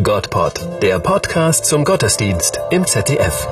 Gottpod, der Podcast zum Gottesdienst im ZDF.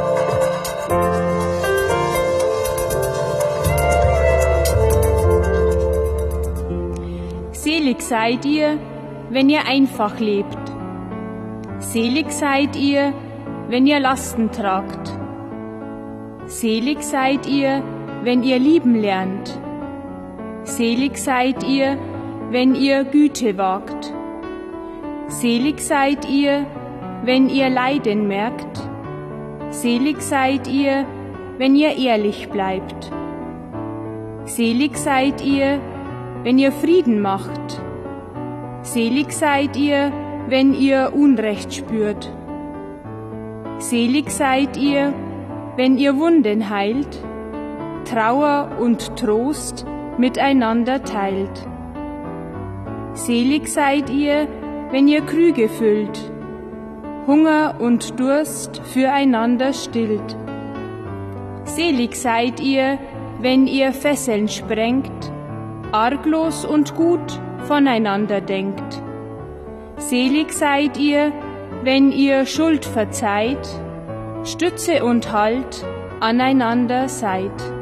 Selig seid ihr, wenn ihr einfach lebt. Selig seid ihr, wenn ihr Lasten tragt. Selig seid ihr, wenn ihr lieben lernt. Selig seid ihr, wenn ihr Güte wagt. Selig seid ihr, wenn ihr Leiden merkt. Selig seid ihr, wenn ihr ehrlich bleibt. Selig seid ihr, wenn ihr Frieden macht. Selig seid ihr, wenn ihr Unrecht spürt. Selig seid ihr, wenn ihr Wunden heilt, Trauer und Trost miteinander teilt. Selig seid ihr, wenn ihr Krüge füllt, Hunger und Durst füreinander stillt. Selig seid ihr, wenn ihr Fesseln sprengt, arglos und gut voneinander denkt. Selig seid ihr, wenn ihr Schuld verzeiht, Stütze und Halt aneinander seid.